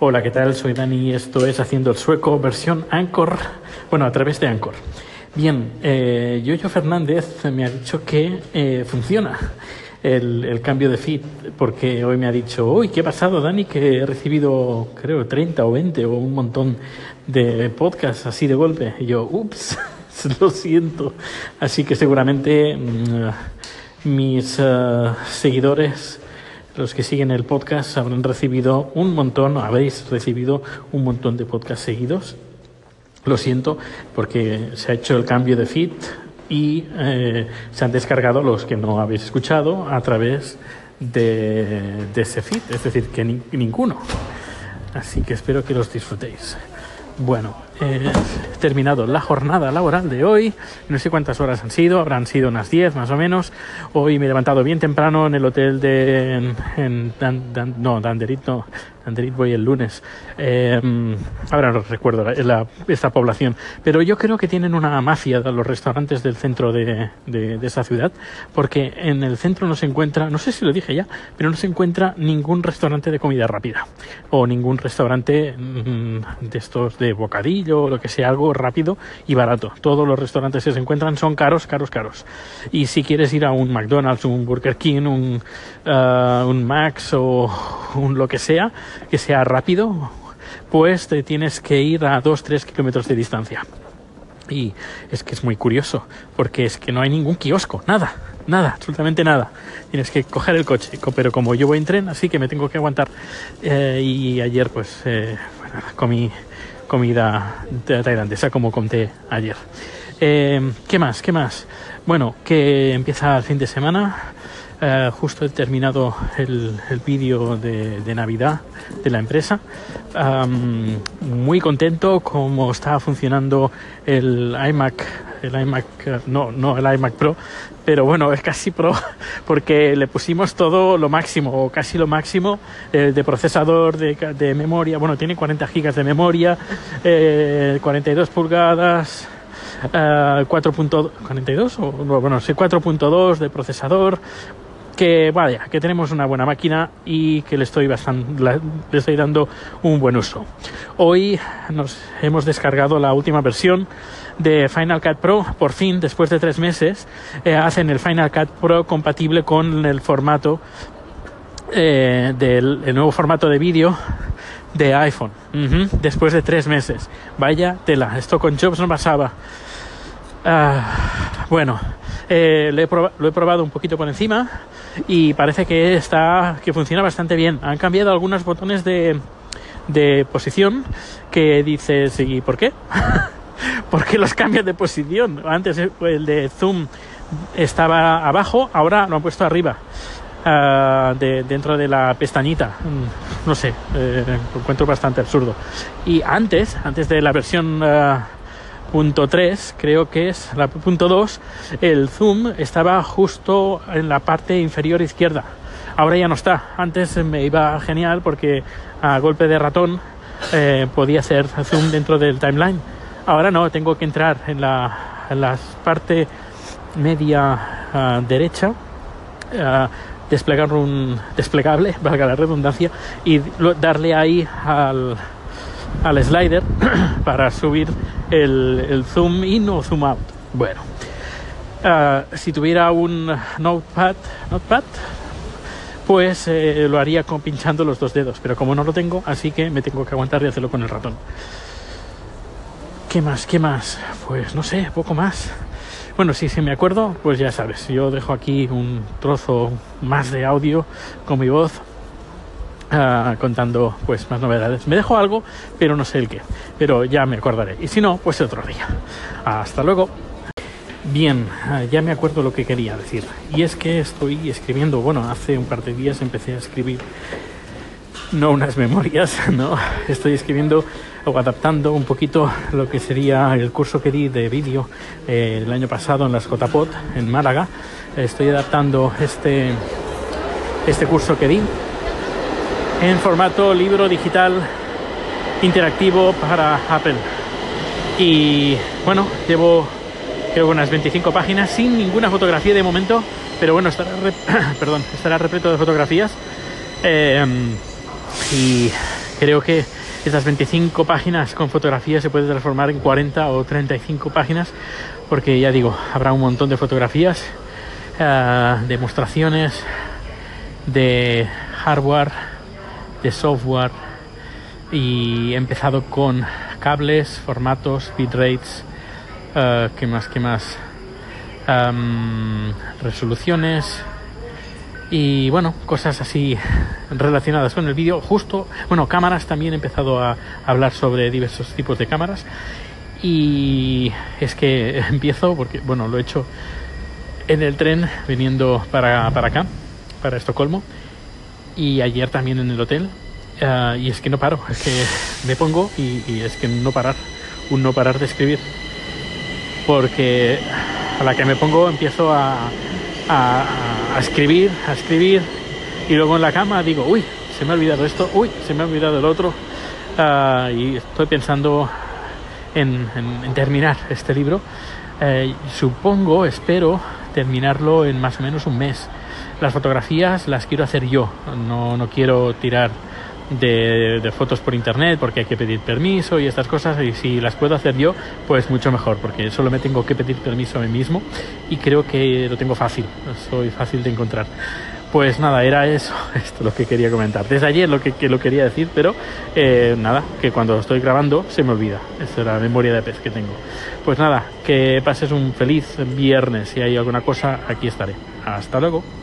Hola, ¿qué tal? Soy Dani y esto es Haciendo el Sueco, versión Anchor, bueno, a través de Anchor. Bien, Yoyo Fernández me ha dicho que funciona el cambio de feed, porque hoy me ha dicho, uy, ¿qué ha pasado, Dani? Que he recibido, creo, 30 o 20 o un montón de podcasts así de golpe. Y yo, ups, lo siento. Así que seguramente mis seguidores, los que siguen el podcast, habéis recibido un montón de podcasts seguidos. Lo siento, porque se ha hecho el cambio de feed y se han descargado los que no habéis escuchado a través de ese feed, es decir, que ninguno. Así que espero que los disfrutéis. Bueno, he terminado la jornada laboral de hoy. No sé cuántas horas habrán sido unas 10 más o menos. Hoy me he levantado bien temprano en el hotel de Danderit voy el lunes. Ahora no recuerdo esta población, pero yo creo que tienen una mafia de los restaurantes del centro de esa ciudad, porque en el centro no se encuentra, no sé si lo dije ya, pero no se encuentra ningún restaurante de comida rápida o ningún restaurante de estos de bocadillo o lo que sea, algo rápido y barato. Todos los restaurantes que se encuentran son caros. Y si quieres ir a un McDonald's, un Burger King, un Max o un lo que sea rápido, pues te tienes que ir a 2-3 kilómetros de distancia. Y es que es muy curioso, porque es que no hay ningún kiosco, nada, absolutamente nada. Tienes que coger el coche, pero como yo voy en tren, así que me tengo que aguantar. Y ayer pues comí comida tailandesa, como conté ayer. ¿Qué más? Bueno, que empieza el fin de semana. Justo he terminado el vídeo de Navidad de la empresa. Muy contento como está funcionando el iMac no el iMac Pro, pero bueno, es casi Pro, porque le pusimos todo lo máximo, o casi lo máximo, de procesador, de memoria. Bueno, tiene 40 gigas de memoria, 42 pulgadas, 4.2 de procesador. Que vaya, que tenemos una buena máquina y que le estoy dando un buen uso. Hoy nos hemos descargado la última versión de Final Cut Pro. Por fin, después de 3 meses, hacen el Final Cut Pro compatible con el formato el nuevo formato de vídeo de iPhone. Después de 3 meses. Vaya tela, esto con Jobs no pasaba. Bueno, lo he probado un poquito por encima y parece que funciona bastante bien. Han cambiado algunos botones de posición que dices, ¿y por qué? ¿Por qué los cambian de posición? Antes el de zoom estaba abajo, ahora lo han puesto arriba, dentro de la pestañita. No sé, lo encuentro bastante absurdo. Y antes de la versión punto 3, creo que es la punto 2, el zoom estaba justo en la parte inferior izquierda. Ahora ya no está. Antes me iba genial porque a golpe de ratón podía hacer zoom dentro del timeline. Ahora no, tengo que entrar en la parte media derecha, desplegar un desplegable, valga la redundancia, y darle ahí al slider para subir el zoom in o zoom out. Bueno, si tuviera un notepad, pues lo haría pinchando los 2 dedos, pero como no lo tengo, así que me tengo que aguantar y hacerlo con el ratón. ¿Qué más? Pues no sé, poco más. Bueno, si me acuerdo, pues ya sabes, yo dejo aquí un trozo más de audio con mi voz, contando pues más novedades. Me dejo algo, pero no sé el qué, pero ya me acordaré, y si no, pues otro día. Hasta luego. Bien, ya me acuerdo lo que quería decir, y es que estoy escribiendo, bueno, hace un par de días empecé a escribir, no unas memorias, no, estoy escribiendo o adaptando un poquito lo que sería el curso que di de vídeo el año pasado en las JPod en Málaga. Estoy adaptando este curso que di en formato libro digital interactivo para Apple. Y bueno, llevo creo unas 25 páginas sin ninguna fotografía de momento, pero bueno, estará repleto de fotografías. Y creo que esas 25 páginas con fotografías se puede transformar en 40 o 35 páginas, porque ya digo, habrá un montón de fotografías, demostraciones de hardware, de software, y he empezado con cables, formatos, bitrates, ¿qué más? Resoluciones y bueno, cosas así relacionadas con el vídeo. Cámaras, también he empezado a hablar sobre diversos tipos de cámaras, y es que empiezo porque, bueno, lo he hecho en el tren viniendo para acá, para Estocolmo, y ayer también en el hotel, y es que no paro, es que me pongo y es que no parar de escribir, porque a la que me pongo empiezo a escribir, y luego en la cama digo, uy, se me ha olvidado esto, uy, se me ha olvidado el otro, y estoy pensando en terminar este libro. Espero terminarlo en más o menos un mes. Las fotografías las quiero hacer yo, no quiero tirar de fotos por internet, porque hay que pedir permiso y estas cosas, y si las puedo hacer yo, pues mucho mejor, porque solo me tengo que pedir permiso a mí mismo y creo que lo tengo fácil, soy fácil de encontrar. Pues nada, era eso, esto lo que quería comentar. Desde ayer lo quería decir, pero nada, que cuando estoy grabando se me olvida. Esa es la memoria de pez que tengo. Pues nada, que pases un feliz viernes. Si hay alguna cosa, aquí estaré. Hasta luego.